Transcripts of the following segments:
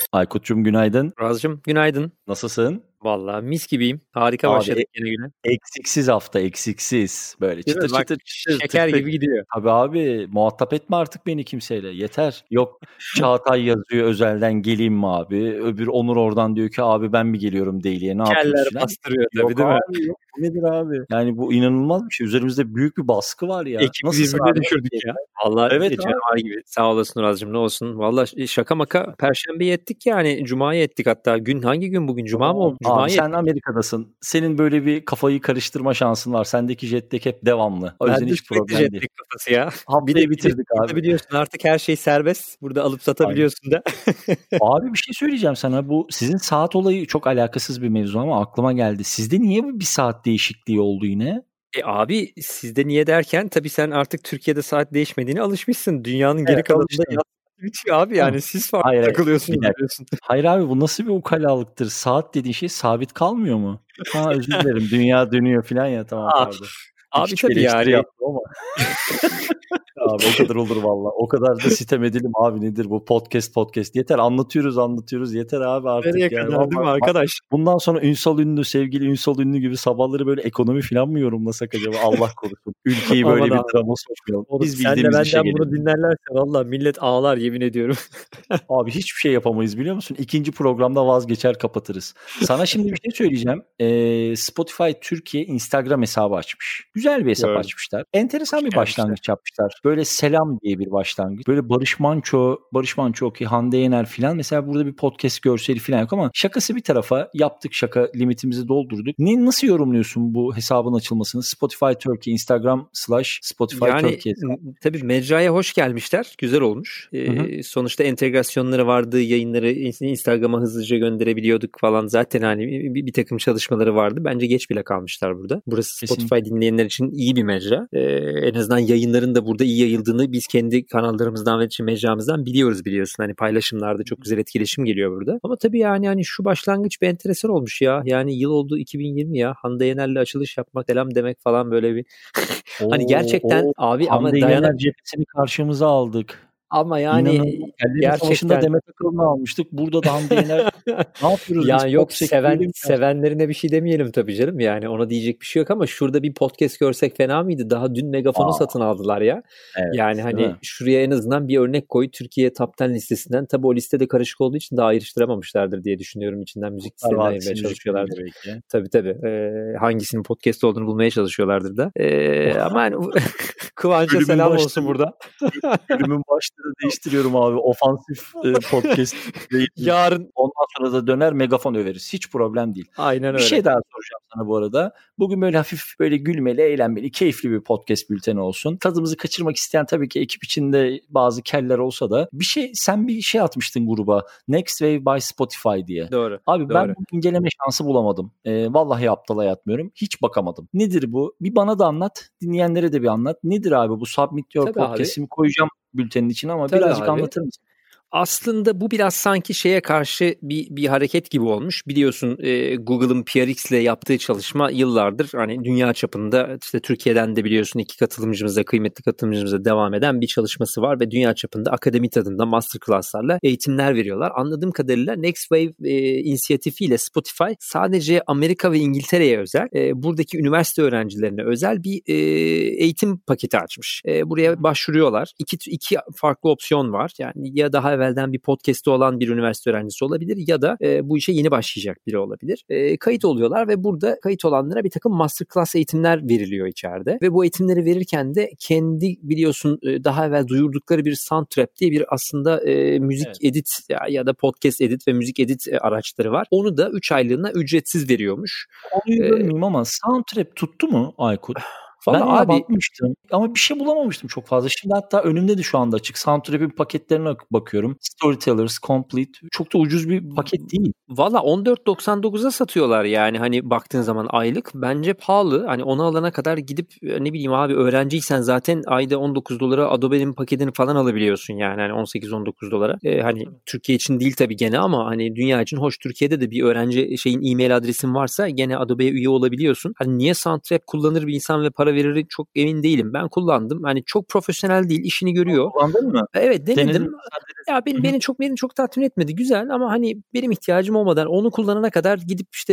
Aykut'cum günaydın. Razcığım günaydın. Nasılsın? Vallahi mis gibiyim. Harika Abi başladık yine güne. eksiksiz hafta, eksiksiz. Böyle Değil çıtır mi? Bak çıtır çıtır tık şeker tık. gibi gidiyor. Tabii abi muhatap etme artık beni kimseyle. Yeter. Yok Çağatay yazıyor özelden geleyim mi abi? Öbür Onur oradan diyor ki abi ben mi geliyorum Daily'e ne Keller yapıyorsun falan. bastırıyor Yok tabii değil mi? abi yok. Bu nedir abi? Yani bu inanılmaz bir şey. Üzerimizde büyük bir baskı var ya. Ekibi Nasılsın birbirine abi? düşürdük ya. Vallahi Evet abi. canavar gibi. Sağ olasın Razcığım ne olsun. Vallahi şaka maka Perşembe'yi ettik yani. Cuma'yı ettik hatta. Hangi gün bugün? Cuma mı oldu? Abi Cuma'yı sen ettik. Amerika'dasın. Senin böyle bir kafayı karıştırma şansın var. Sendeki jetlag hep devamlı. O yüzden Ben de hiç sürekli problem değil. jetlag kafası ya. Haftayı bitirdik burada abi. biliyorsun artık her şey serbest. Burada alıp Aynen. satabiliyorsun da. Abi bir şey söyleyeceğim sana. Bu sizin saat olayı çok alakasız bir mevzu ama aklıma geldi. Sizde niye bir saat değişikliği oldu yine? Abi sizde niye derken tabii sen artık Türkiye'de saat değişmediğine alışmışsın. Dünyanın geri Evet kalanında alıştım. yaz bitiyor abi yani siz farklı Hayır, takılıyorsunuz bir dakika. biliyorsun. Hayır abi bu nasıl bir ukalalıktır? Saat dediğin şey sabit kalmıyor mu? Ha özür dilerim. Dünya dönüyor falan ya tamam Ah, pardon. abi Küçük bir tabii eleştiri yani. yaptım ama. Abi o kadar olur valla. O kadar da sitem edelim abi nedir bu podcast. Yeter anlatıyoruz yeter abi artık Nereye yani. kadar değil mi Vallahi arkadaş? bundan sonra Ünsal Ünlü, sevgili Ünsal Ünlü gibi sabahları böyle ekonomi falan mı yorumlasak acaba? Allah korusun. Ülkeyi böyle Aman bir abi. drama sokmayalım. Oğlum Biz sen de bildiğimiz işe benden bunu gelelim. dinlerlerse valla millet ağlar yemin ediyorum. Abi hiçbir şey yapamayız biliyor musun? İkinci programda vazgeçer kapatırız. Sana şimdi bir şey söyleyeceğim. Spotify Türkiye Instagram hesabı açmış. Güzel bir hesap Gördüm. açmışlar. Enteresan Hoş bir gelmişler. başlangıç yapmışlar. Böyle selam diye bir başlangıç. Böyle Barış Manço ki Hande Yener filan. Mesela burada bir podcast görseli filan yok ama şakası bir tarafa yaptık şaka limitimizi doldurduk. Nasıl yorumluyorsun bu hesabın açılmasını? Spotify Türkiye Instagram /Spotify Yani Türkiye hesabı. tabii mecraya hoş gelmişler. Güzel olmuş. Sonuçta entegrasyonları vardı. Yayınları Instagram'a hızlıca gönderebiliyorduk falan. Zaten hani bir takım çalışmaları vardı. Bence geç bile kalmışlar burada. Burası Spotify dinleyenler için iyi bir mecra. En azından yayınların da burada iyi yayıldığını biz kendi kanallarımızdan ve mecramızdan biliyorsun. Hani paylaşımlarda çok güzel etkileşim geliyor burada. Ama tabii yani hani şu başlangıç bir enteresan olmuş ya. Yani yıl oldu 2020 ya. Hande Yener'le açılış yapmak, selam demek falan böyle bir hani gerçekten abi Hande ama Yener cephesini karşımıza aldık. ama yani İnanılmaz. Kellerin Savaşı'nda gerçekten Demet Akalın'ı almıştık. Burada da Hande Yener. Ne yapıyoruz biz? ya yok Pop sektörüyle mi sevenlerine bir şey demeyelim tabii canım. Yani ona diyecek bir şey yok ama şurada bir podcast görsek fena mıydı? Daha dün Megafon'u satın aldılar ya. Evet, Yani hani şuraya en azından bir örnek koy. Türkiye Top 10 listesinden. Tabii o listede karışık olduğu için daha ayrıştıramamışlardır diye düşünüyorum. İçinden müzik listelerini ayırmaya çalışıyorlardır. Tabii. Hangisinin podcast olduğunu bulmaya çalışıyorlardır da. Ama hani Kıvanç'a selam olsun burada. Bölümün başlığını değiştiriyorum abi. Ofansif podcast. Yarın ondan sonra da döner megafon överiz. Hiç problem değil. aynen öyle. Bir şey daha soracağım sana bu arada. Bugün böyle hafif böyle gülmeli, eğlenmeli, keyifli bir podcast bülteni olsun. Tadımızı kaçırmak isteyen tabii ki ekip içinde bazı keller olsa da sen bir şey atmıştın gruba. Next Wave by Spotify diye. Doğru. Abi ben bunu inceleme şansı bulamadım. Vallahi aptala yatmıyorum. Hiç bakamadım. Nedir bu? Bir bana da anlat. Dinleyenlere de bir anlat. Nedir abi bu Submit Your Podcast'imi koyacağım bültenin için ama tabii birazcık abi. anlatır mısın? Aslında bu biraz sanki şeye karşı bir hareket gibi olmuş. Biliyorsun Google'ın PRX'le yaptığı çalışma yıllardır hani dünya çapında işte Türkiye'den de biliyorsun kıymetli katılımcımıza devam eden bir çalışması var ve dünya çapında akademi tadında masterclass'larla eğitimler veriyorlar. Anladığım kadarıyla Next Wave inisiyatifiyle Spotify sadece Amerika ve İngiltere'ye özel, buradaki üniversite öğrencilerine özel bir eğitim paketi açmış. Buraya başvuruyorlar. İki farklı opsiyon var. Yani ya daha evvelden bir podcast'ı olan bir üniversite öğrencisi olabilir ya da bu işe yeni başlayacak biri olabilir. Kayıt oluyorlar ve burada kayıt olanlara bir takım masterclass eğitimler veriliyor içeride. Ve bu eğitimleri verirken de kendi biliyorsun daha evvel duyurdukları bir Soundtrap diye bir aslında müzik edit ya da podcast edit ve müzik edit araçları var. Onu da 3 aylığına ücretsiz veriyormuş. Konuyu bölmeyeyim ama Soundtrap tuttu mu Aykut? Vallahi Ben abi bakmıştım ama bir şey bulamamıştım çok fazla. Şimdi hatta önümde de şu anda açık. Soundtrap'in paketlerine bakıyorum. Storytellers, Complete. Çok da ucuz bir paket değil. Valla 14.99'a satıyorlar yani hani baktığın zaman aylık. Bence pahalı. Hani onu alana kadar gidip ne bileyim abi öğrenciysen zaten ayda $19 Adobe'nin paketini falan alabiliyorsun yani. Hani 18-19 hani Türkiye için değil tabii gene ama hani dünya için hoş. Türkiye'de de bir öğrenci e-mail adresin varsa gene Adobe'ye üye olabiliyorsun. Hani niye Soundtrap kullanır bir insan ve para verir çok emin değilim. Ben kullandım. Hani çok profesyonel değil, işini görüyor. Kullandın mı? Evet, denedim. Denedin. Ya beni çok tatmin etmedi. Güzel ama hani benim ihtiyacım olmadan onu kullanana kadar gidip işte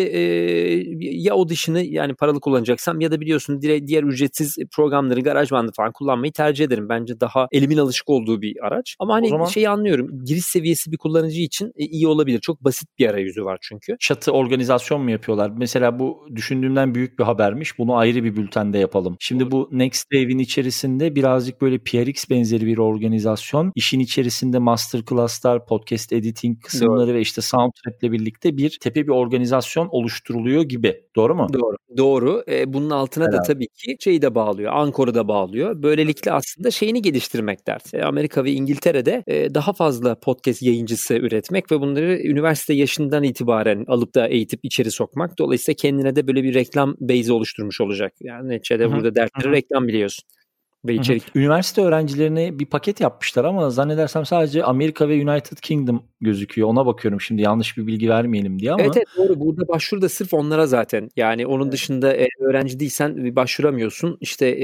ya Audition'ı yani paralı kullanacaksam ya da biliyorsun diğer ücretsiz programları, GarageBand'ı falan kullanmayı tercih ederim. Bence daha elimin alışık olduğu bir araç. Ama hani zaman... şeyi anlıyorum. Giriş seviyesi bir kullanıcı için iyi olabilir. Çok basit bir arayüzü var çünkü. Çatı organizasyon mu yapıyorlar? Mesela bu düşündüğümden büyük bir habermiş. Bunu ayrı bir bültende yapalım. Şimdi bu Next Wave'in içerisinde birazcık böyle PRX benzeri bir organizasyon. İşin içerisinde masterclass'lar, podcast editing kısımları ve işte soundtrack'le birlikte bir organizasyon oluşturuluyor gibi. Doğru mu? Doğru. Bunun altına da tabii ki şeyi de bağlıyor. Ankor'u da bağlıyor. Böylelikle aslında şeyini geliştirmek dert. Amerika ve İngiltere'de daha fazla podcast yayıncısı üretmek ve bunları üniversite yaşından itibaren alıp da eğitip içeri sokmak. Dolayısıyla kendine de böyle bir reklam base'i oluşturmuş olacak. Yani neticede burada dertleri reklam biliyorsun. Ve içerik. Üniversite öğrencilerine bir paket yapmışlar ama zannedersem sadece Amerika ve United Kingdom gözüküyor. Ona bakıyorum şimdi, yanlış bir bilgi vermeyelim diye ama. Evet doğru. Burada başvuru da sırf onlara zaten. Yani onun dışında öğrenci değilsen başvuramıyorsun. İşte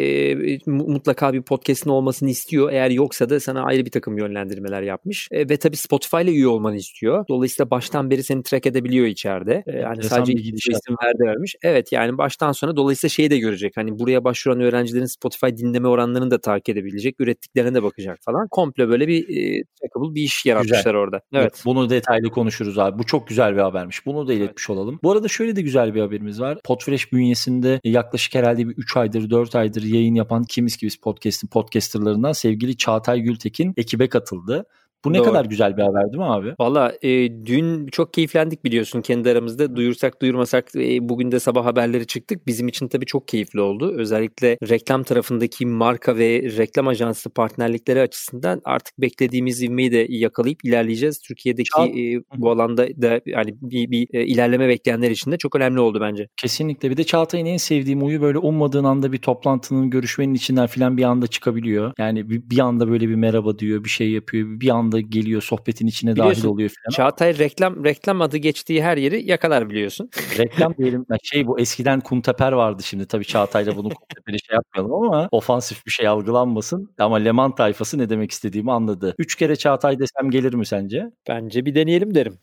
mutlaka bir podcast'in olmasını istiyor. Eğer yoksa da sana ayrı bir takım yönlendirmeler yapmış. Ve tabii Spotify ile üye olmanı istiyor. Dolayısıyla baştan beri seni track edebiliyor içeride. Yani sadece isim vermiş. Evet yani baştan sona dolayısıyla şeyi de görecek. Hani buraya başvuran öğrencilerin Spotify dinleme oranlarını da takip edebilecek. Ürettiklerine de bakacak falan. Komple böyle bir trackable bir iş yaratmışlar orada. Evet. Bunu detaylı konuşuruz abi. Bu çok güzel bir habermiş. Bunu da iletmiş olalım. Bu arada şöyle de güzel bir haberimiz var. Podfresh bünyesinde yaklaşık herhalde bir 3 aydır 4 aydır yayın yapan Kimiz Gibi Podcast'in podcasterlarından sevgili Çağatay Gültekin ekibe katıldı. Bu ne kadar güzel bir haber değil mi abi? Valla dün çok keyiflendik biliyorsun kendi aramızda. Duyursak duyurmasak bugün de sabah haberleri çıktık. Bizim için tabii çok keyifli oldu. Özellikle reklam tarafındaki marka ve reklam ajansı partnerlikleri açısından artık beklediğimiz ivmeyi de yakalayıp ilerleyeceğiz. Türkiye'deki bu alanda da yani bir ilerleme bekleyenler için de çok önemli oldu bence. Kesinlikle. Bir de Çağatay'ın en sevdiğim huyu böyle ummadığın anda bir toplantının, görüşmenin içinden filan bir anda çıkabiliyor. Yani bir anda böyle bir merhaba diyor, bir şey yapıyor. Bir anda geliyor, sohbetin içine dahil oluyor falan. Çağatay reklam adı geçtiği her yeri yakalar biliyorsun. Reklam diyelim. Bu eskiden Kunteper vardı, şimdi tabii Çağatay'la bunu Kunteper'i şey yapmayalım ama ofansif bir şey algılanmasın. Ama Leman tayfası ne demek istediğimi anladı. 3 kere Çağatay desem gelir mi sence? Bence bir deneyelim derim.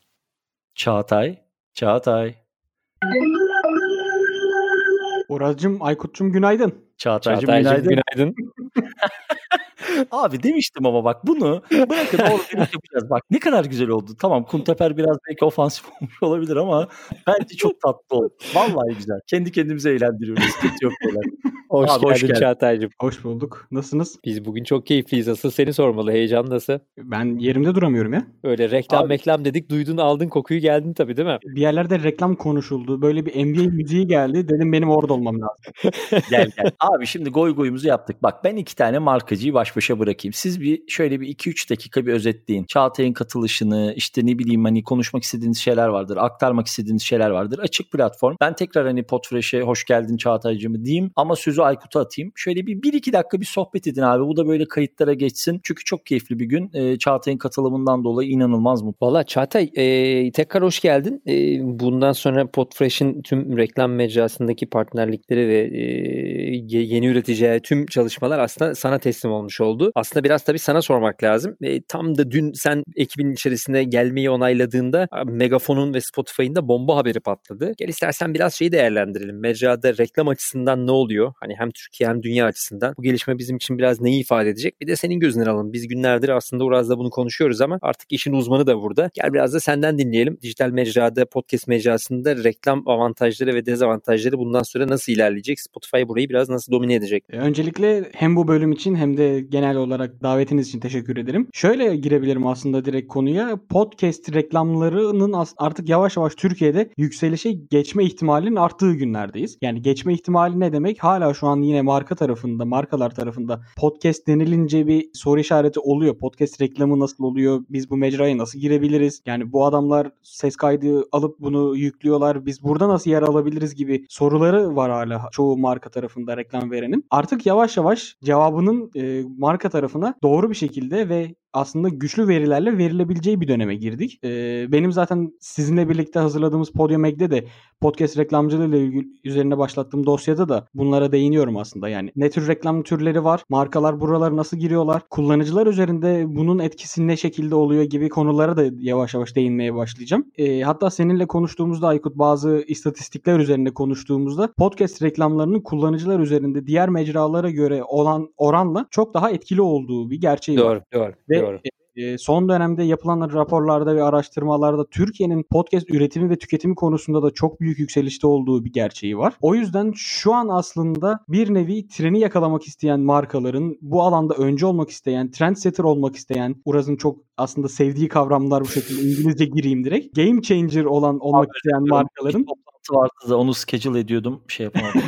Çağatay. Oracığım, Aykut'cum günaydın. Çağatay'cım günaydın. Abi demiştim ama bak bunu bırakın organik yapacağız. Bak ne kadar güzel oldu. Tamam, Kunteper biraz belki ofansif olmuş olabilir ama bence çok tatlı oldu. Vallahi güzel. Kendi kendimize eğlendiriyoruz. Sıkıntı yok böyle. Hoş geldin Çağatay'cım. Hoş bulduk. Nasılsınız? Biz bugün çok keyifliyiz. Asıl seni sormalı. Heyecan nasıl? Ben yerimde duramıyorum ya. Öyle reklam dedik. Duydun, aldın kokuyu, geldin tabii değil mi? Bir yerlerde reklam konuşuldu. Böyle bir NBA müziği geldi. Dedim benim orada olmam lazım. Gel. Abi şimdi goyumuzu yaptık. Bak ben 2 tane markacıyı baş başa bırakayım. Siz şöyle bir 2-3 dakika bir özetleyin. Çağatay'ın katılışını, işte ne bileyim hani konuşmak istediğiniz şeyler vardır, aktarmak istediğiniz şeyler vardır. Açık platform. Ben tekrar hani Podfresh'e hoş geldin Çağatay'cığımı diyeyim ama sözü Aykut'a atayım. Şöyle bir 1-2 dakika bir sohbet edin abi. Bu da böyle kayıtlara geçsin. Çünkü çok keyifli bir gün. Çağatay'ın katılımından dolayı inanılmaz mutlu. Valla Çağatay tekrar hoş geldin. Bundan sonra Podfresh'in tüm reklam mecrasındaki partnerlikleri ve yeni üreteceği tüm çalışmalar aslında sana teslim olmuş oldu. Aslında biraz tabii sana sormak lazım. Tam da dün sen ekibin içerisine gelmeyi onayladığında Megafon'un ve Spotify'ın da bomba haberi patladı. Gel istersen biraz şeyi değerlendirelim. Mecrada reklam açısından ne oluyor? Hani hem Türkiye hem dünya açısından. Bu gelişme bizim için biraz neyi ifade edecek? Bir de senin gözünden alalım. Biz günlerdir aslında Uraz'da bunu konuşuyoruz ama artık işin uzmanı da burada. Gel biraz da senden dinleyelim. Dijital mecrada, podcast mecrasında reklam avantajları ve dezavantajları bundan sonra nasıl ilerleyecek? Spotify burayı biraz nasıl domine edecek? Öncelikle hem bu bölüm için hem de genel olarak davetiniz için teşekkür ederim. Şöyle girebilirim aslında direkt konuya. Podcast reklamlarının artık yavaş yavaş Türkiye'de yükselişe geçme ihtimalinin arttığı günlerdeyiz. Yani geçme ihtimali ne demek? Hala şu an yine markalar tarafında podcast denilince bir soru işareti oluyor. Podcast reklamı nasıl oluyor? Biz bu mecraya nasıl girebiliriz? Yani bu adamlar ses kaydı alıp bunu yüklüyorlar. Biz burada nasıl yer alabiliriz gibi soruları var hala çoğu marka tarafında reklam verenin. Artık yavaş yavaş cevabının marka tarafına doğru bir şekilde ve aslında güçlü verilerle verilebileceği bir döneme girdik. Benim zaten sizinle birlikte hazırladığımız Podium Eg'de de podcast reklamcılığı ile ilgili üzerine başlattığım dosyada da bunlara değiniyorum aslında. Yani ne tür reklam türleri var, markalar buralara nasıl giriyorlar, kullanıcılar üzerinde bunun etkisi ne şekilde oluyor gibi konulara da yavaş yavaş değinmeye başlayacağım. Hatta seninle konuştuğumuzda Aykut, bazı istatistikler üzerine konuştuğumuzda podcast reklamlarının kullanıcılar üzerinde diğer mecralara göre olan oranla çok daha etkili olduğu bir gerçeği var. Doğru. Son dönemde yapılan raporlarda ve araştırmalarda Türkiye'nin podcast üretimi ve tüketimi konusunda da çok büyük yükselişte olduğu bir gerçeği var. O yüzden şu an aslında bir nevi treni yakalamak isteyen markaların, bu alanda önce olmak isteyen, trendsetter olmak isteyen, Uraz'ın çok aslında sevdiği kavramlar bu şekilde, İngilizce gireyim direkt, game changer olmak isteyen markaların... Bir toplantı vardı da onu schedule ediyordum. Yapamadım.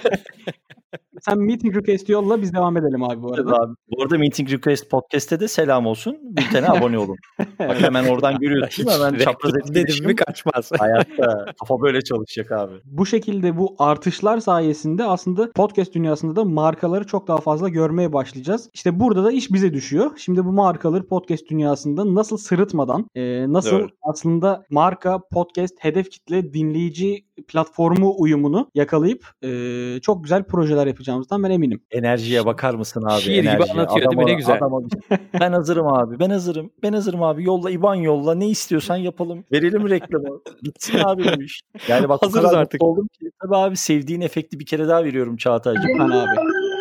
Sen meeting request yolla, biz devam edelim abi bu arada. Abi. Bu arada meeting request podcast'te de selam olsun. Bültene abone olun. Bak hemen oradan görüyorsun. Hemen çapraz etkileşim. Dedim mi kaçmaz. Hayatta. Kafa böyle çalışacak abi. Bu şekilde bu artışlar sayesinde aslında podcast dünyasında da markaları çok daha fazla görmeye başlayacağız. İşte burada da iş bize düşüyor. Şimdi bu markaları podcast dünyasında nasıl sırıtmadan, nasıl aslında marka, podcast, hedef kitle, dinleyici platformu uyumunu yakalayıp çok güzel projeler yapacağımızdan ben eminim. Enerjiye bakar mısın abi? Şiir gibi anlatıyor değil mi? Ne güzel. Ben hazırım abi. Ben hazırım abi. Yolla, IBAN yolla. Ne istiyorsan yapalım. Verelim reklamı. Bitsin abi bu iş. Yani bak, hazırız artık. Oldum ki. Tabii abi, sevdiğin efekti bir kere daha veriyorum Çağatay'cığım. Ben abi.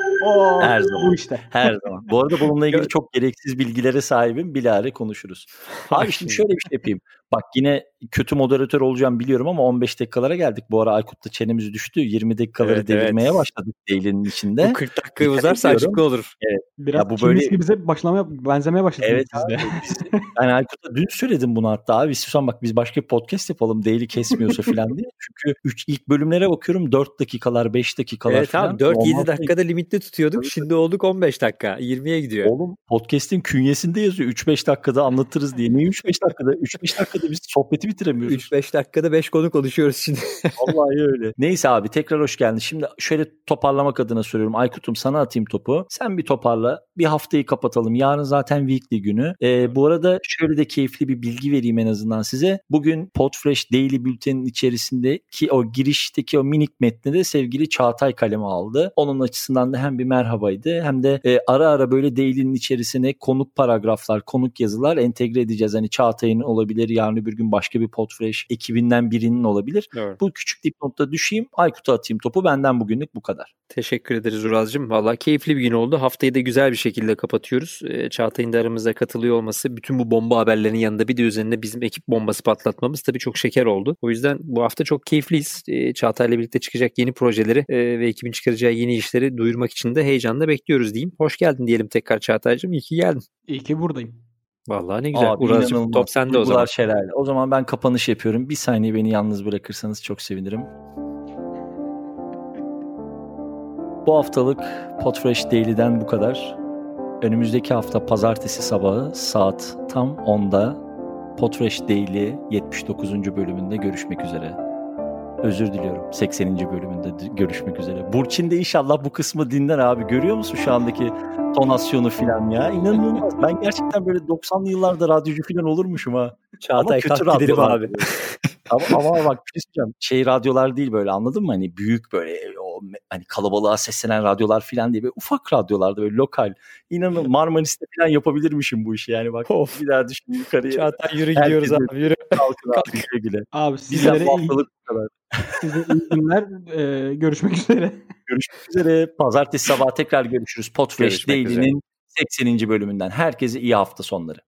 Her zaman. Bu işte. Her zaman. Bu arada bununla ilgili çok gereksiz bilgilere sahibim. Bilahare konuşuruz. Abi şimdi şöyle bir şey yapayım. Bak, yine kötü moderatör olacağım biliyorum ama 15 dakikalara geldik. Bu ara Aykut'ta çenemiz düştü. 20 dakikaları devirmeye başladık Daily'nin içinde. Bu 40 dakika uzarsa acıklı olur. Evet. Biraz ya bu böyle bize benzemeye başladı. Evet abi. Yani Aykut'a dün söyledim bunu hatta. Abi istiyorsan bak biz başka bir podcast yapalım. Daily kesmiyorsa falan diye. Çünkü ilk bölümlere bakıyorum 4 dakikalar 5 dakikalar evet falan. Evet abi 4-7 dakikada limitli tutuyorduk. Tabii. Şimdi olduk 15 dakika. 20'ye gidiyor. Oğlum podcast'in künyesinde yazıyor 3-5 dakikada anlatırız diye. Niye 3-5 dakikada? 3-5 dakikada biz sohbeti bitiremiyoruz. 3-5 dakikada 5 konu konuşuyoruz şimdi. Vallahi öyle. Neyse abi, tekrar hoş geldin. Şimdi şöyle toparlamak adına soruyorum. Aykut'um, sana atayım topu. Sen bir toparla. Bir haftayı kapatalım. Yarın zaten weekly günü. Bu arada şöyle de keyifli bir bilgi vereyim en azından size. Bugün Podfresh Daily Bülten'in içerisindeki o girişteki o minik metni de sevgili Çağatay kaleme aldı. Onun açısından da hem bir merhabaydı hem de ara ara böyle Daily'nin içerisine konuk paragraflar, konuk yazılar entegre edeceğiz. Hani Çağatay'ın olabilir, yarın öbür gün başka bir Podfresh ekibinden birinin olabilir. Evet. Bu küçük dipnotta düşeyim. Aykut'a atayım topu. Benden bugünlük bu kadar. Teşekkür ederiz Uraz'cığım. Valla keyifli bir gün oldu. Haftayı da güzel bir şekilde kapatıyoruz. Çağatay'ın da aramıza katılıyor olması, bütün bu bomba haberlerin yanında bir de üzerinde bizim ekip bombası patlatmamız tabii çok şeker oldu. O yüzden bu hafta çok keyifliyiz. Çağatay'la birlikte çıkacak yeni projeleri ve ekibin çıkaracağı yeni işleri duyurmak için de heyecanla bekliyoruz diyeyim. Hoş geldin diyelim tekrar Çağatay'cığım. İyi ki geldin. İyi ki buradayım. Vallahi ne güzel. Uraz'cığım top sende o zaman. Şelale. O zaman ben kapanış yapıyorum. Bir saniye beni yalnız bırakırsanız çok sevinirim. Bu haftalık Podfresh Daily'den bu kadar. Önümüzdeki hafta pazartesi sabahı saat tam 10'da Podfresh Daily 79. bölümünde görüşmek üzere. Özür diliyorum. 80. bölümünde görüşmek üzere. Burçin de inşallah bu kısmı dinler abi. Görüyor musun şu andaki tonasyonu filan ya? İnanılmaz. Ben gerçekten böyle 90'lı yıllarda radyocu filan olurmuşum ha. Çağatay kalk gidelim abi. Ama bak bir şey söyleyeceğim. Radyolar değil böyle, anladın mı? Hani büyük böyle o hani kalabalığa seslenen radyolar filan değil. Böyle ufak radyolarda böyle lokal. İnanın Marmaris'te filan yapabilirmişim bu işi yani bak. Bir daha düşün yukarıya. Çağatay yürü gidiyoruz abi yürü. Kalk. Güle. Abi sizlere bu haftalık bu kadar. Size iyi günler. Görüşmek üzere. Görüşmek üzere. Pazartesi sabahı tekrar görüşürüz. Podfresh Daily'nin 80. bölümünden. Herkese iyi hafta sonları.